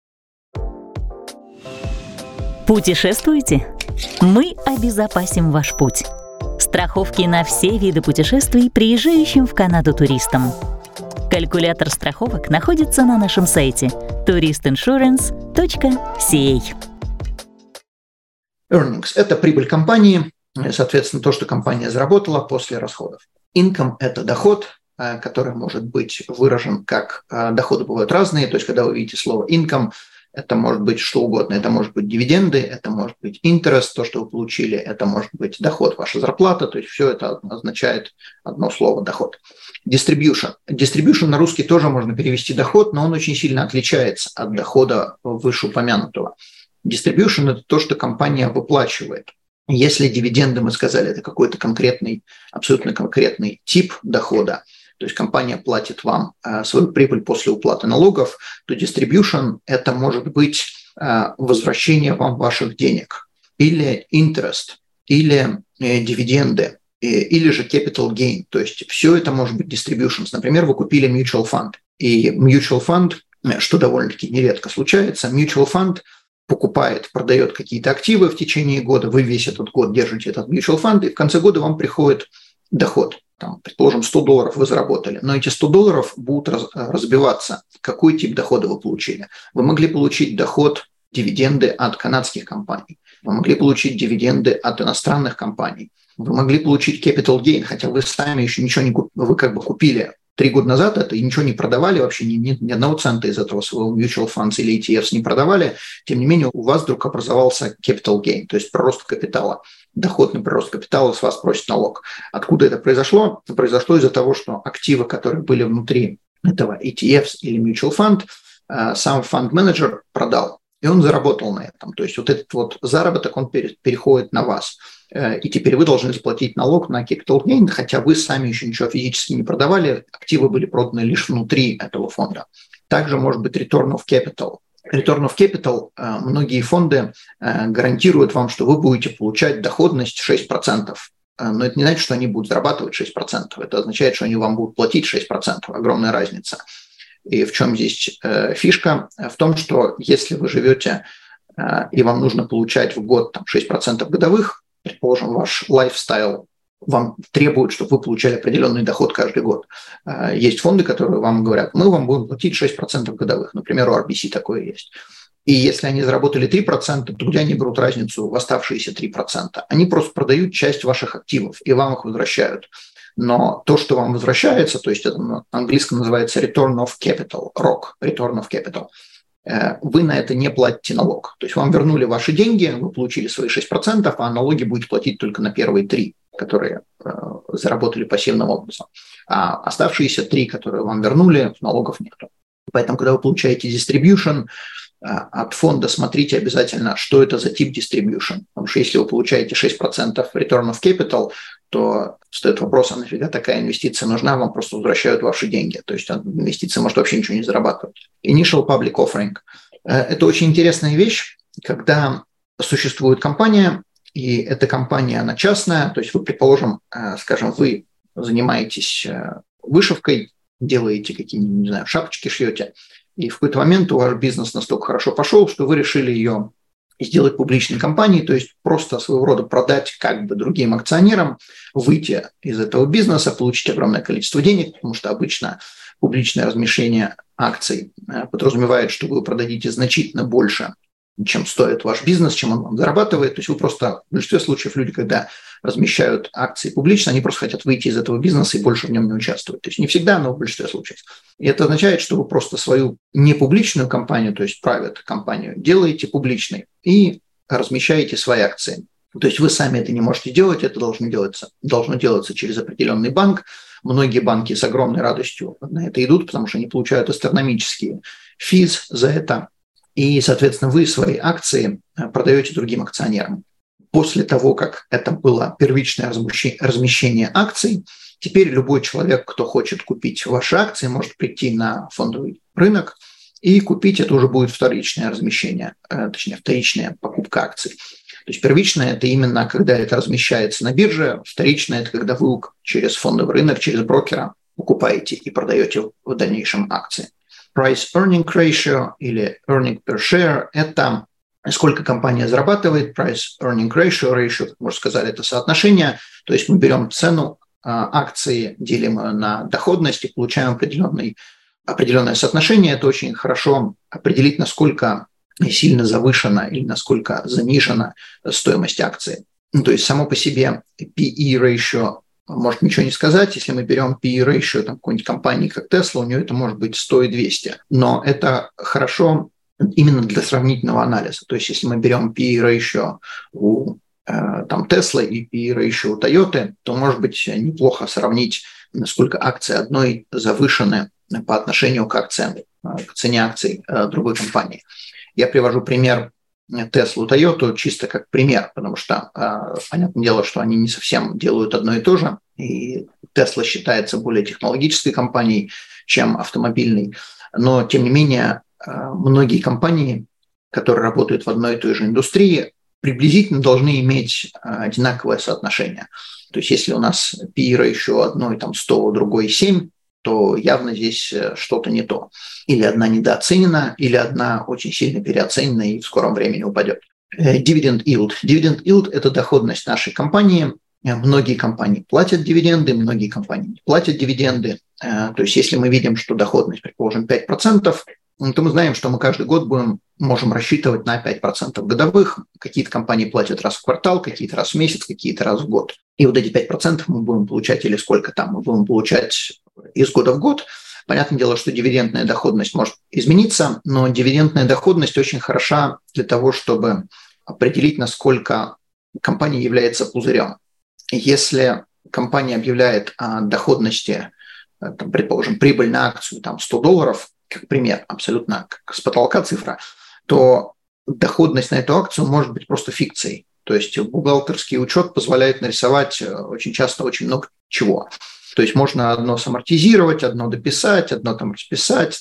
Путешествуете? Мы обезопасим ваш путь. Страховки на все виды путешествий приезжающим в Канаду туристам. Калькулятор страховок находится на нашем сайте touristinsurance.ca. Earnings – это прибыль компании, соответственно, то, что компания заработала после расходов. Income – это доход, который может быть выражен как доходы бывают разные, то есть когда вы видите слово income, это может быть что угодно, это может быть дивиденды, это может быть interest, то, что вы получили, это может быть доход, ваша зарплата, то есть все это означает одно слово – доход. Distribution. Distribution на русский тоже можно перевести доход, но он очень сильно отличается от дохода вышеупомянутого. Distribution – это то, что компания выплачивает. Если дивиденды, мы сказали, это какой-то конкретный, абсолютно конкретный тип дохода, то есть компания платит вам свою прибыль после уплаты налогов, то distribution – это может быть возвращение вам ваших денег, или interest, или дивиденды, или же capital gain. То есть все это может быть distributions. Например, вы купили mutual fund, и mutual fund, что довольно-таки нередко случается, mutual fund покупает, продает какие-то активы в течение года, вы весь этот год держите этот mutual fund, и в конце года вам приходит доход. Там, предположим, $100 вы заработали, но эти $100 будут разбиваться. Какой тип дохода вы получили? Вы могли получить доход, дивиденды от канадских компаний. Вы могли получить дивиденды от иностранных компаний. Вы могли получить capital gain, хотя вы сами еще ничего не купили. Вы как бы купили 3 года назад это и ничего не продавали, вообще ни одного цента из этого своего mutual funds или ETFs не продавали. Тем не менее, у вас вдруг образовался capital gain, то есть прирост капитала. Доход на прирост капитала с вас просит налог. Откуда это произошло? Это произошло из-за того, что активы, которые были внутри этого ETFs или mutual fund, сам фонд-менеджер продал, и он заработал на этом. То есть вот этот вот заработок, он переходит на вас. И теперь вы должны заплатить налог на capital gain, хотя вы сами еще ничего физически не продавали, активы были проданы лишь внутри этого фонда. Также может быть return of capital. Return of capital многие фонды гарантируют вам, что вы будете получать доходность 6%. Но это не значит, что они будут зарабатывать 6%. Это означает, что они вам будут платить 6%. Огромная разница. И в чем здесь фишка? В том, что если вы живете и вам нужно получать в год 6% годовых, предположим, ваш лайфстайл вам требует, чтобы вы получали определенный доход каждый год. Есть фонды, которые вам говорят, мы вам будем платить 6% годовых. Например, у RBC такое есть. И если они заработали 3%, то где они берут разницу в оставшиеся 3%? Они просто продают часть ваших активов и вам их возвращают. Но то, что вам возвращается, то есть это на английском называется return of capital, ROC, return of capital, вы на это не платите налог. То есть вам вернули ваши деньги, вы получили свои 6%, а налоги будете платить только на первые 3%, которые заработали пассивным образом. А оставшиеся 3%, которые вам вернули, налогов нету. Поэтому, когда вы получаете distribution от фонда, смотрите обязательно, что это за тип distribution. Потому что если вы получаете 6% return of capital, то встает вопрос, а нафига такая инвестиция нужна, вам просто возвращают ваши деньги. То есть инвестиция может вообще ничего не зарабатывать. Initial public offering. Это очень интересная вещь, когда существует компания, и эта компания, она частная, то есть вы, предположим, скажем, вы занимаетесь вышивкой, делаете какие-нибудь, не знаю, шапочки шьете, и в какой-то момент ваш бизнес настолько хорошо пошел, что вы решили ее сделать публичной компанией, то есть просто своего рода продать как бы другим акционерам, выйти из этого бизнеса, получить огромное количество денег, потому что обычно публичное размещение акций подразумевает, что вы продадите значительно больше, чем стоит ваш бизнес, чем он вам зарабатывает. То есть вы просто, в большинстве случаев люди, когда размещают акции публично, они просто хотят выйти из этого бизнеса и больше в нем не участвовать. То есть не всегда, но в большинстве случаев. И это означает, что вы просто свою непубличную компанию, то есть private компанию, делаете публичной и размещаете свои акции. То есть вы сами это не можете делать, это должно делаться через определенный банк. Многие банки с огромной радостью на это идут, потому что они получают астрономические физ за это. и, соответственно, вы свои акции продаете другим акционерам. После того, как это было первичное размещение акций, теперь любой человек, кто хочет купить ваши акции, может прийти на фондовый рынок и купить. Это уже будет вторичное размещение, точнее, вторичная покупка акций. То есть первичное – это именно когда это размещается на бирже, вторичное – это когда вы через фондовый рынок, через брокера покупаете и продаете в дальнейшем акции. Price-earning ratio или earning per share – это сколько компания зарабатывает. Price-earning ratio, как мы уже сказали, это соотношение. То есть мы берем цену акции, делим на доходность и получаем определенное соотношение. Это очень хорошо определить, насколько сильно завышена или насколько занижена стоимость акции. То есть само по себе PE ratio может ничего не сказать. Если мы берем PE ratio какой-нибудь компании, как Tesla, у нее это может быть 100 и 200. Но это хорошо именно для сравнительного анализа. То есть если мы берем PE ratio у Tesla и PE ratio у Toyota, то может быть неплохо сравнить, насколько акции одной завышены по отношению к цене акций другой компании. Я привожу пример Tesla, Toyota чисто как пример, потому что, понятное дело, что они не совсем делают одно и то же, и Tesla считается более технологической компанией, чем автомобильной, но, тем не менее, многие компании, которые работают в одной и той же индустрии, приблизительно должны иметь одинаковое соотношение. То есть если у нас PE ratio одной 100, у другой 7, то явно здесь что-то не то. Или одна недооценена, или одна очень сильно переоценена и в скором времени упадет. Dividend yield. Dividend yield – это доходность нашей компании. Многие компании платят дивиденды, многие компании не платят дивиденды. То есть если мы видим, что доходность, предположим, 5%, то мы знаем, что мы каждый год можем рассчитывать на 5% годовых. Какие-то компании платят раз в квартал, какие-то раз в месяц, какие-то раз в год. И вот эти 5% мы будем получать, или сколько там, мы будем получать из года в год. Понятное дело, что дивидендная доходность может измениться, но дивидендная доходность очень хороша для того, чтобы определить, насколько компания является пузырем. Если компания объявляет о доходности, предположим, прибыль на акцию $100, как пример, абсолютно как с потолка цифра, то доходность на эту акцию может быть просто фикцией. То есть бухгалтерский учет позволяет нарисовать очень часто очень много чего. То есть можно одно самортизировать, одно дописать, одно расписать,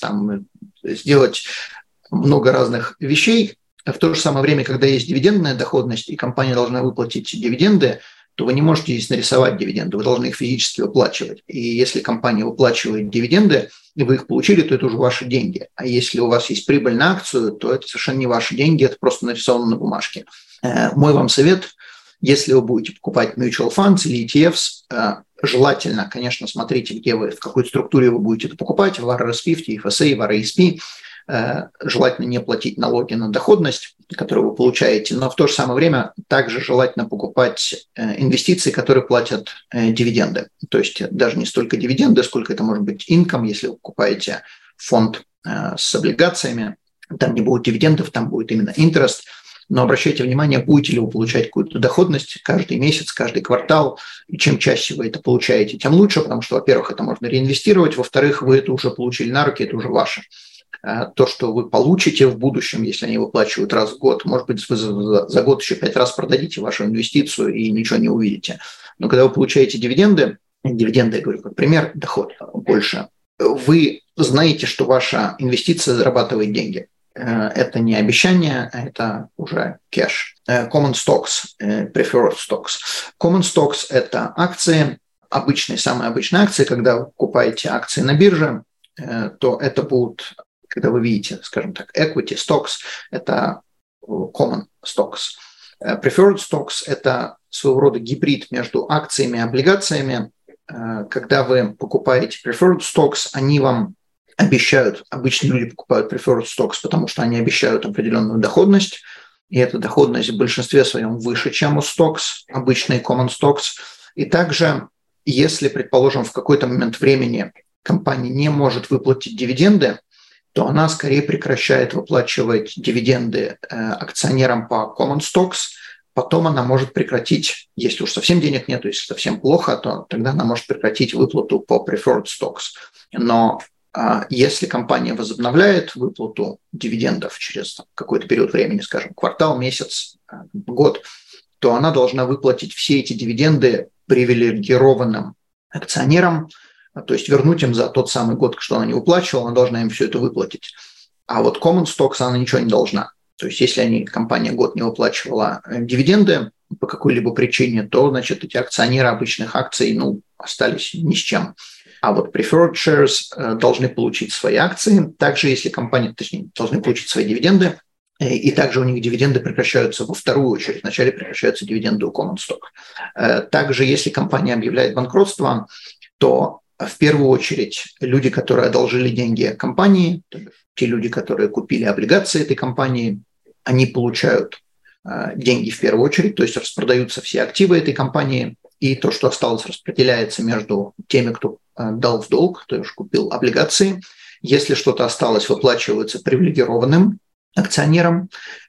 сделать много разных вещей. В то же самое время, когда есть дивидендная доходность, и компания должна выплатить дивиденды, то вы не можете здесь нарисовать дивиденды, вы должны их физически выплачивать. И если компания выплачивает дивиденды, и вы их получили, то это уже ваши деньги. А если у вас есть прибыль на акцию, то это совершенно не ваши деньги, это просто нарисовано на бумажке. Мой вам совет, если вы будете покупать mutual funds или ETFs, желательно, конечно, смотрите, в какой структуре вы будете это покупать, в RRS-50, FSA, в RRSP. Желательно не платить налоги на доходность, которую вы получаете, но в то же самое время также желательно покупать инвестиции, которые платят дивиденды. То есть даже не столько дивиденды, сколько это может быть income, если вы покупаете фонд с облигациями, там не будет дивидендов, там будет именно interest. Но обращайте внимание, будете ли вы получать какую-то доходность каждый месяц, каждый квартал. И чем чаще вы это получаете, тем лучше, потому что, во-первых, это можно реинвестировать, во-вторых, вы это уже получили на руки, это уже ваше. То, что вы получите в будущем, если они выплачивают раз в год, может быть, вы за год еще 5 раз продадите вашу инвестицию и ничего не увидите. Но когда вы получаете дивиденды, я говорю как пример, доход больше, вы знаете, что ваша инвестиция зарабатывает деньги. Это не обещание, это уже кэш. Common stocks, preferred stocks. Common stocks – это акции, самые обычные акции. Когда вы покупаете акции на бирже, то это будут, когда вы видите, скажем так, equity stocks – это common stocks. Preferred stocks – это своего рода гибрид между акциями и облигациями. Когда вы покупаете preferred stocks, они вам обещают, обычные люди покупают preferred stocks, потому что они обещают определенную доходность, и эта доходность в большинстве своем выше, чем у stocks, обычные common stocks. И также, если, предположим, в какой-то момент времени компания не может выплатить дивиденды, то она скорее прекращает выплачивать дивиденды акционерам по common stocks, потом она может прекратить, если уж совсем денег нет, если совсем плохо, то тогда она может прекратить выплату по preferred stocks. Но Если компания возобновляет выплату дивидендов через какой-то период времени, скажем, квартал, месяц, год, то она должна выплатить все эти дивиденды привилегированным акционерам, то есть вернуть им за тот самый год, что она не выплачивала, она должна им все это выплатить. А вот common stocks она ничего не должна. То есть если компания год не выплачивала дивиденды по какой-либо причине, то, значит, эти акционеры обычных акций остались ни с чем. А вот preferred shares должны получить свои акции. Также если компания, точнее, должны получить свои дивиденды, и также у них дивиденды прекращаются во вторую очередь. Вначале прекращаются дивиденды у common stock. Также если компания объявляет банкротство, то в первую очередь люди, которые одолжили деньги компании, те люди, которые купили облигации этой компании, они получают деньги в первую очередь, то есть распродаются все активы этой компании, и то, что осталось, распределяется между теми, кто дал в долг, то есть купил облигации. Если что-то осталось, выплачиваются привилегированным акционерам.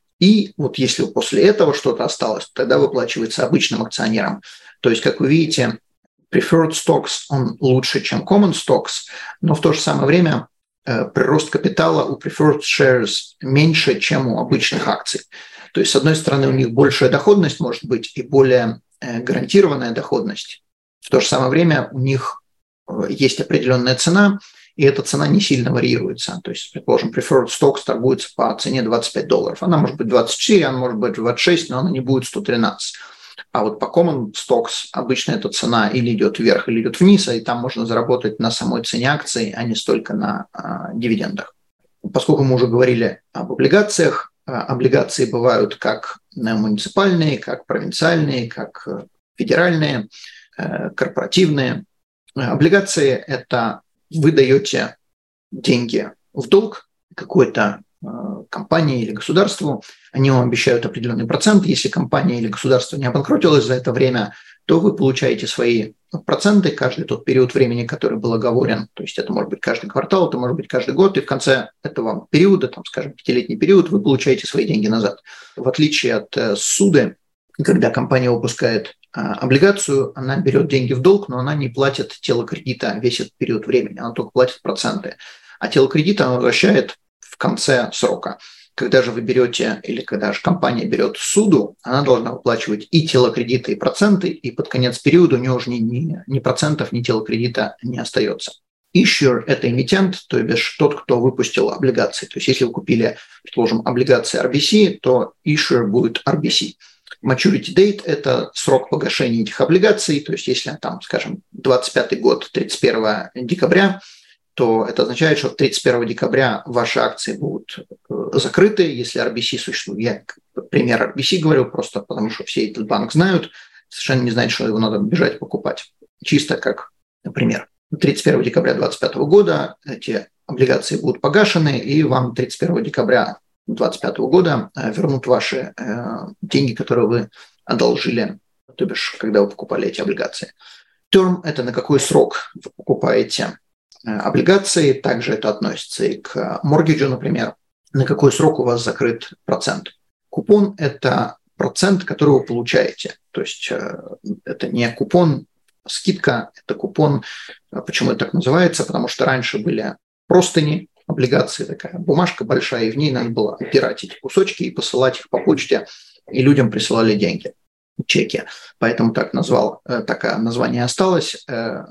И вот если после этого что-то осталось, тогда выплачивается обычным акционерам. То есть, как вы видите, preferred stocks, он лучше, чем common stocks, но в то же самое время прирост капитала у preferred shares меньше, чем у обычных акций. То есть, с одной стороны, у них большая доходность может быть и более гарантированная доходность. В то же самое время у них есть определенная цена, и эта цена не сильно варьируется. То есть, предположим, preferred stocks торгуется по цене $25. Она может быть 24, она может быть 26, но она не будет 113. А вот по common stocks обычно эта цена или идет вверх, или идет вниз, и там можно заработать на самой цене акций, а не столько на дивидендах. Поскольку мы уже говорили об облигациях, облигации бывают как муниципальные, как провинциальные, как федеральные, корпоративные. Облигации – это вы даете деньги в долг какой-то компании или государству, они вам обещают определенный процент. Если компания или государство не обанкротилось за это время, то вы получаете свои проценты каждый тот период времени, который был оговорен. То есть это может быть каждый квартал, это может быть каждый год, и в конце этого периода, скажем, 5-летний период, вы получаете свои деньги назад. В отличие от ссуды, когда компания выпускает облигацию, она берет деньги в долг, но она не платит тело кредита весь этот период времени, она только платит проценты. А тело кредита она возвращает в конце срока. Когда же вы берете, или когда же компания берет ссуду, она должна выплачивать и тело кредита, и проценты, и под конец периода у нее уже ни процентов, ни тела кредита не остается. Issuer – это эмитент, то бишь тот, кто выпустил облигации. То есть если вы купили, предположим, облигации RBC, то issuer будет RBC. Maturity date – это срок погашения этих облигаций, то есть если, скажем, 25 год, 31 декабря, то это означает, что 31 декабря ваши акции будут закрыты, если RBC существует. Я пример RBC говорю просто потому, что все этот банк знают, совершенно не знают, что его надо бежать покупать. Чисто как пример. 31 декабря 2025 года эти облигации будут погашены, и вам 31 декабря 2025 года вернут ваши деньги, которые вы одолжили, то бишь, когда вы покупали эти облигации. Term – это на какой срок вы покупаете облигации, также это относится и к моргиджу, например, на какой срок у вас закрыт процент. Купон – это процент, который вы получаете, то есть это не купон, скидка, это купон. Почему это так называется? Потому что раньше были простыни, облигации, такая бумажка большая, и в ней надо было отбирать эти кусочки и посылать их по почте, и людям присылали деньги, чеки. Поэтому такое название осталось,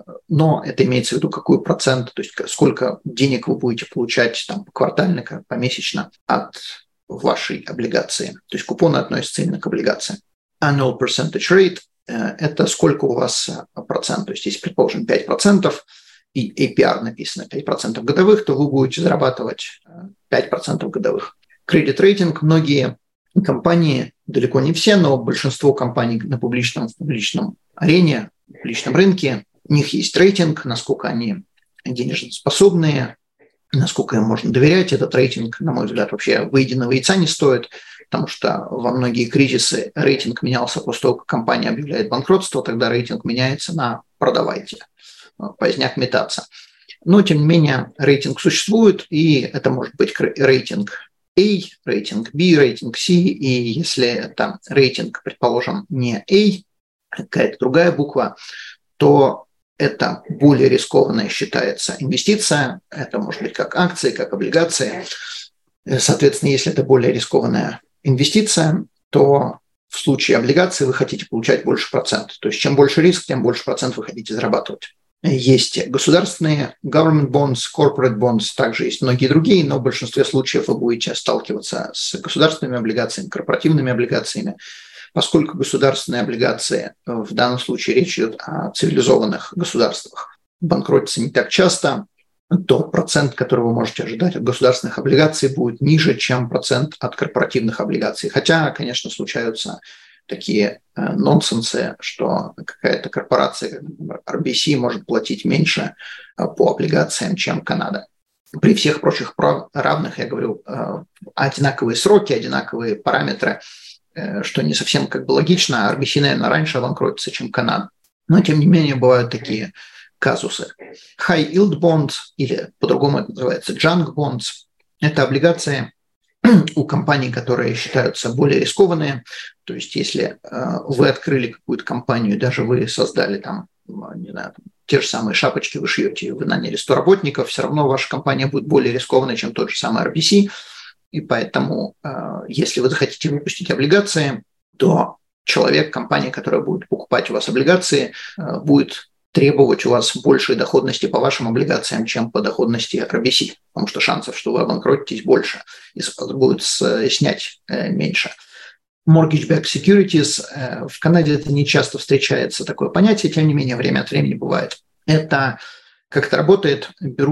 но это имеется в виду какой процент, то есть сколько денег вы будете получать квартально, помесячно от вашей облигации. То есть купоны относятся именно к облигациям. Annual percentage rate – это сколько у вас процент, то есть если, предположим, 5%, и APR написано 5% годовых, то вы будете зарабатывать 5% годовых. Кредит рейтинг. Многие компании, далеко не все, но большинство компаний на публичном арене, в публичном рынке, у них есть рейтинг, насколько они денежноспособные, насколько им можно доверять. Этот рейтинг, на мой взгляд, вообще выеденного яйца не стоит, потому что во многие кризисы рейтинг менялся после того, как компания объявляет банкротство, тогда рейтинг меняется на «продавайте». Поздняк метаться. Но, тем не менее, рейтинг существует, и это может быть рейтинг A, рейтинг B, рейтинг C, и если это рейтинг, предположим, не A, а какая-то другая буква, то это более рискованная считается инвестиция. Это может быть как акции, как облигации. Соответственно, если это более рискованная инвестиция, то в случае облигаций вы хотите получать больше процент. То есть чем больше риск, тем больше процент вы хотите зарабатывать. Есть государственные government bonds, corporate bonds, также есть многие другие, но в большинстве случаев вы будете сталкиваться с государственными облигациями, корпоративными облигациями. Поскольку государственные облигации, в данном случае речь идет о цивилизованных государствах, банкротятся не так часто, то процент, который вы можете ожидать от государственных облигаций, будет ниже, чем процент от корпоративных облигаций. Хотя, конечно, случаются такие нонсенсы, что какая-то корпорация, как, например, RBC, может платить меньше по облигациям, чем Канада. При всех прочих равных, я говорю, одинаковые сроки, одинаковые параметры, что не совсем как бы логично. RBC, наверное, раньше обанкротится, чем Канада. Но, тем не менее, бывают такие казусы. High Yield Bonds, или по-другому это называется Junk Bonds, это облигации у компаний, которые считаются более рискованные. То есть если вы открыли какую-то компанию, даже вы создали там, не знаю, те же самые шапочки вы шьете, вы наняли 100 работников, все равно ваша компания будет более рискованной, чем тот же самый RBC. И поэтому, если вы захотите выпустить облигации, то человек, компания, которая будет покупать у вас облигации, будет требовать у вас большей доходности по вашим облигациям, чем по доходности RBC, потому что шансов, что вы обанкротитесь, больше, и будет снять меньше. Mortgage-backed securities. В Канаде это не часто встречается, такое понятие, тем не менее, время от времени бывает. Это как это работает?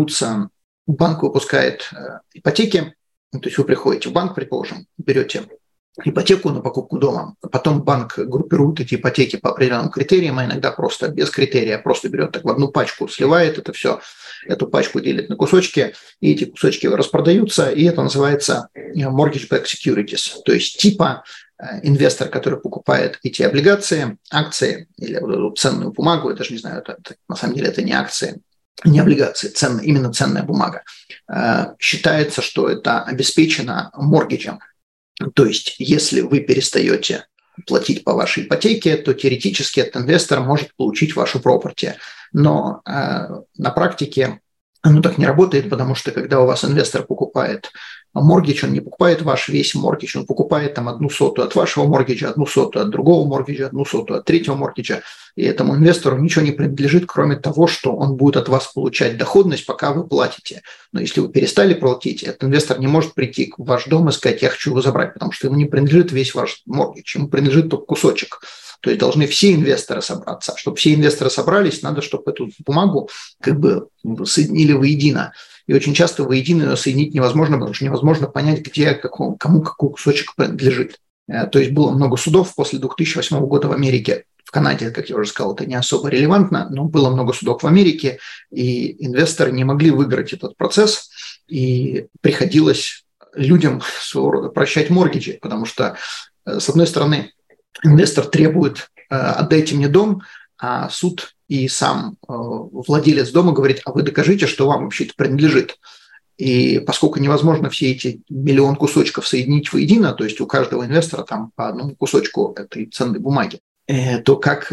Банк выпускает ипотеки, то есть вы приходите в банк, предположим, берете ипотеку на покупку дома, потом банк группирует эти ипотеки по определенным критериям, а иногда просто без критерия, просто берет так в одну пачку, сливает это все, эту пачку делит на кусочки, и эти кусочки распродаются, и это называется mortgage-backed securities, то есть типа инвестор, который покупает эти облигации, акции или ценную бумагу, я даже не знаю, на самом деле это не акции, не облигации, именно ценная бумага, считается, что это обеспечено моргиджем. То есть, если вы перестаете платить по вашей ипотеке, то теоретически этот инвестор может получить вашу property. Но на практике оно так не работает, потому что когда у вас инвестор покупает моргидж, он не покупает ваш весь моргидж, он покупает там 1/100 от вашего моргиджа, 1/100 от другого моргиджа, 1/100 от третьего моргиджа, и этому инвестору ничего не принадлежит, кроме того, что он будет от вас получать доходность, пока вы платите. Но если вы перестали платить, этот инвестор не может прийти в ваш дом и сказать: я хочу его забрать, потому что ему не принадлежит весь ваш моргидж, ему принадлежит только кусочек. То есть должны все инвесторы собраться. Чтобы все инвесторы собрались, надо, чтобы эту бумагу как бы соединили воедино. И очень часто воедино ее соединить невозможно, потому что невозможно понять, где кому какой кусочек принадлежит. То есть было много судов после 2008 года в Америке. В Канаде, как я уже сказал, это не особо релевантно, но было много судов в Америке, и инвесторы не могли выиграть этот процесс, и приходилось людям своего рода прощать моргиджи, потому что, с одной стороны, инвестор требует: отдайте мне дом, а суд и сам владелец дома говорит: а вы докажите, что вам вообще-то принадлежит. И поскольку невозможно все эти миллион кусочков соединить воедино, то есть у каждого инвестора там по одному кусочку этой ценной бумаги, то как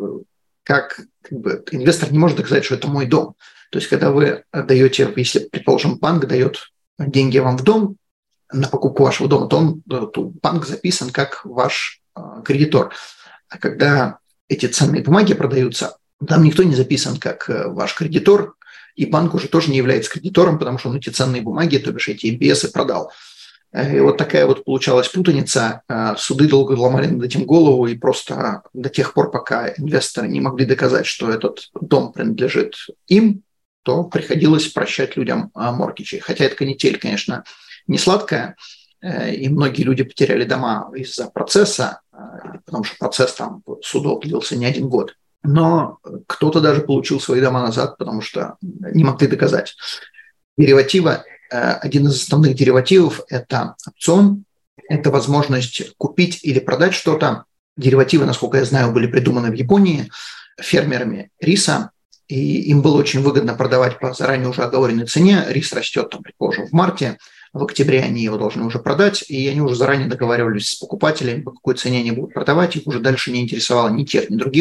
бы, инвестор не может доказать, что это мой дом. То есть когда вы даете, если, предположим, банк дает деньги вам в дом на покупку вашего дома, то банк записан как ваш кредитор. А когда эти ценные бумаги продаются, там никто не записан как ваш кредитор, и банк уже тоже не является кредитором, потому что он эти ценные бумаги, то бишь эти ABS, продал. И вот такая вот получалась путаница. Суды долго ломали над этим голову, и просто до тех пор, пока инвесторы не могли доказать, что этот дом принадлежит им, то приходилось прощать людям моргиджи. Хотя эта канитель, конечно, не сладкая, и многие люди потеряли дома из-за процесса, потому что процесс там судов длился не 1 год. Но кто-то даже получил свои дома назад, потому что не могли доказать. Деривативы, один из основных деривативов – это опцион, это возможность купить или продать что-то. Деривативы, насколько я знаю, были придуманы в Японии фермерами риса, и им было очень выгодно продавать по заранее уже оговоренной цене. Рис растет, там, предположим, в марте, в октябре они его должны уже продать, и они уже заранее договаривались с покупателями, по какой цене они будут продавать, их уже дальше не интересовало ни тех, ни других,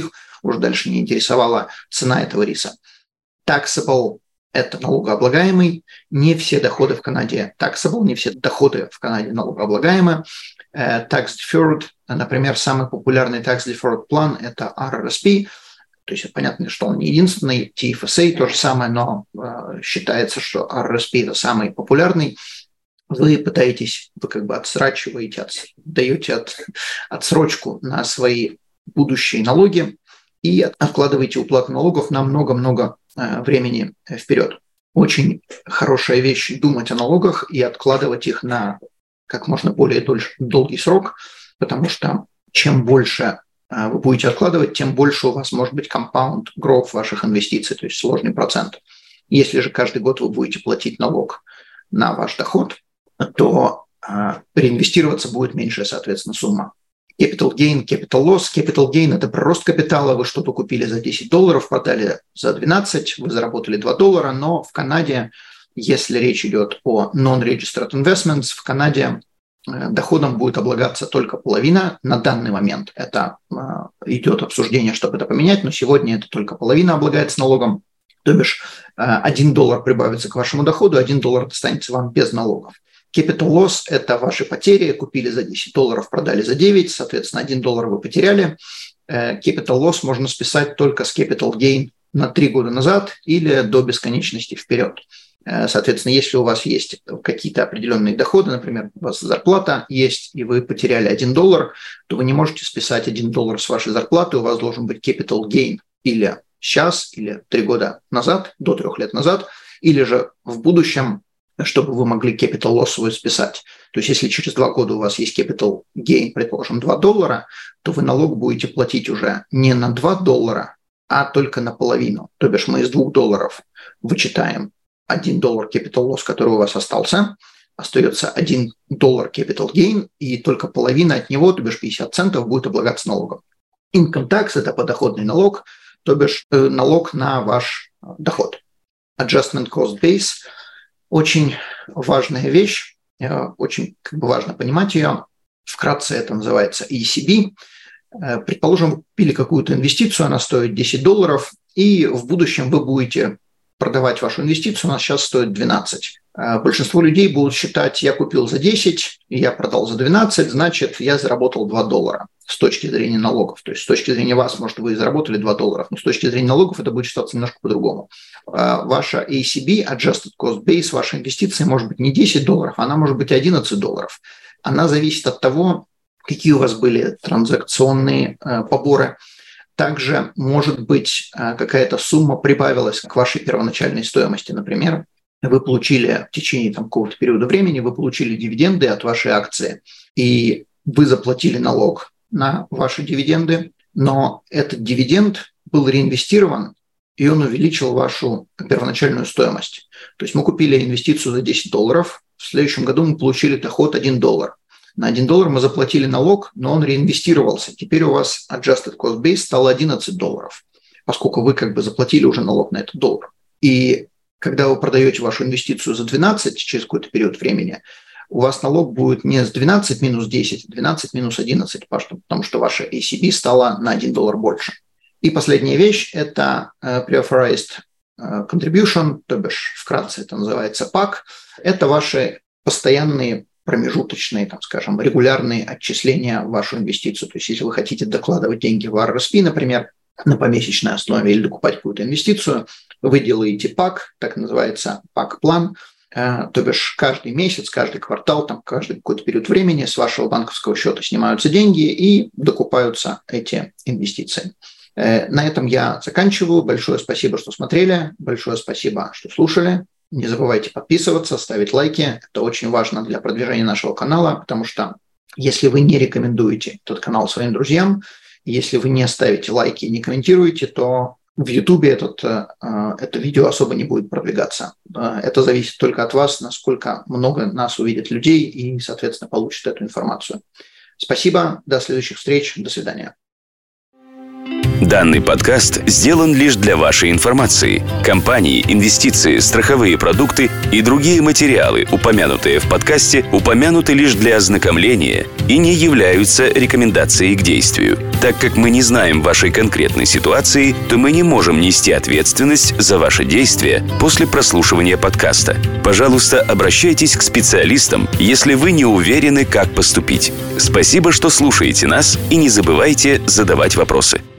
уже дальше не интересовала цена этого риса. Taxable – это налогооблагаемый. Не все доходы в Канаде taxable, не все доходы в Канаде налогооблагаемы. Tax deferred, например, самый популярный tax deferred план – это RRSP. То есть понятно, что он не единственный. TFSA то же самое, но считается, что RRSP – это самый популярный. Вы как бы отсрачиваете, даете отсрочку на свои будущие налоги и откладываете уплату налогов на много-много времени вперед. Очень хорошая вещь думать о налогах и откладывать их на как можно более долгий срок, потому что чем больше вы будете откладывать, тем больше у вас может быть compound growth ваших инвестиций, то есть сложный процент. Если же каждый год вы будете платить налог на ваш доход, то реинвестироваться будет меньшая, соответственно, сумма. Capital gain, capital loss. Capital gain – это прирост капитала. Вы что-то купили за $10, продали за 12, вы заработали $2, но в Канаде, если речь идет о non-registered investments, в Канаде доходом будет облагаться только половина на данный момент. Это идет обсуждение, чтобы это поменять, но сегодня это только половина облагается налогом. То бишь $1 прибавится к вашему доходу, $1 достанется вам без налогов. Capital loss – это ваши потери. Купили за $10, продали за 9, соответственно, $1 вы потеряли. Capital loss можно списать только с capital gain на 3 года назад или до бесконечности вперед. Соответственно, если у вас есть какие-то определенные доходы, например, у вас зарплата есть, и вы потеряли $1, то вы не можете списать $1 с вашей зарплаты, у вас должен быть capital gain или сейчас, или 3 года назад, до 3 лет назад, или же в будущем, чтобы вы могли capital loss свой списать. То есть если через 2 года у вас есть capital gain, предположим, $2, то вы налог будете платить уже не на $2, а только на половину. То бишь мы из $2 вычитаем $1 capital loss, который у вас остался, остается $1 capital gain, и только половина от него, то бишь 50 центов, будет облагаться налогом. Income tax – это подоходный налог, то бишь налог на ваш доход. Adjustment cost base – очень важная вещь, очень важно понимать ее. Вкратце это называется ECB. Предположим, вы купили какую-то инвестицию, она стоит $10, и в будущем вы будете продавать вашу инвестицию, она сейчас стоит 12. Большинство людей будут считать, я купил за 10, я продал за 12, значит, я заработал $2 с точки зрения налогов. То есть с точки зрения вас, может, вы заработали $2, но с точки зрения налогов это будет считаться немножко по-другому. Ваша ACB, Adjusted Cost Base, ваша инвестиция может быть не $10, она может быть $11. Она зависит от того, какие у вас были транзакционные поборы. Также, может быть, какая-то сумма прибавилась к вашей первоначальной стоимости. Например, вы получили в течение какого-то периода времени, вы получили дивиденды от вашей акции, и вы заплатили налог на ваши дивиденды, но этот дивиденд был реинвестирован, и он увеличил вашу первоначальную стоимость. То есть мы купили инвестицию за $10, в следующем году мы получили доход $1. На $1 мы заплатили налог, но он реинвестировался. Теперь у вас adjusted cost base стало $11, поскольку вы как бы заплатили уже налог на этот $1. И когда вы продаете вашу инвестицию за 12 через какой-то период времени, у вас налог будет не с 12 минус 10, а 12 минус 11, потому что ваша ACB стала на $1 больше. И последняя вещь – это pre-authorized contribution, то бишь вкратце это называется PAC. Это ваши постоянные промежуточные, регулярные отчисления в вашу инвестицию. То есть если вы хотите докладывать деньги в RRSP, например, на помесячной основе или докупать какую-то инвестицию, вы делаете PAC, так называется PAC-план, то бишь каждый месяц, каждый квартал, каждый какой-то период времени с вашего банковского счета снимаются деньги и докупаются эти инвестиции. На этом я заканчиваю. Большое спасибо, что смотрели, большое спасибо, что слушали. Не забывайте подписываться, ставить лайки. Это очень важно для продвижения нашего канала, потому что если вы не рекомендуете этот канал своим друзьям, если вы не ставите лайки и не комментируете, то в YouTube это видео особо не будет продвигаться. Это зависит только от вас, насколько много нас увидит людей и, соответственно, получит эту информацию. Спасибо, до следующих встреч, до свидания. Данный подкаст сделан лишь для вашей информации. Компании, инвестиции, страховые продукты и другие материалы, упомянутые в подкасте, упомянуты лишь для ознакомления и не являются рекомендацией к действию. Так как мы не знаем вашей конкретной ситуации, то мы не можем нести ответственность за ваши действия после прослушивания подкаста. Пожалуйста, обращайтесь к специалистам, если вы не уверены, как поступить. Спасибо, что слушаете нас, и не забывайте задавать вопросы.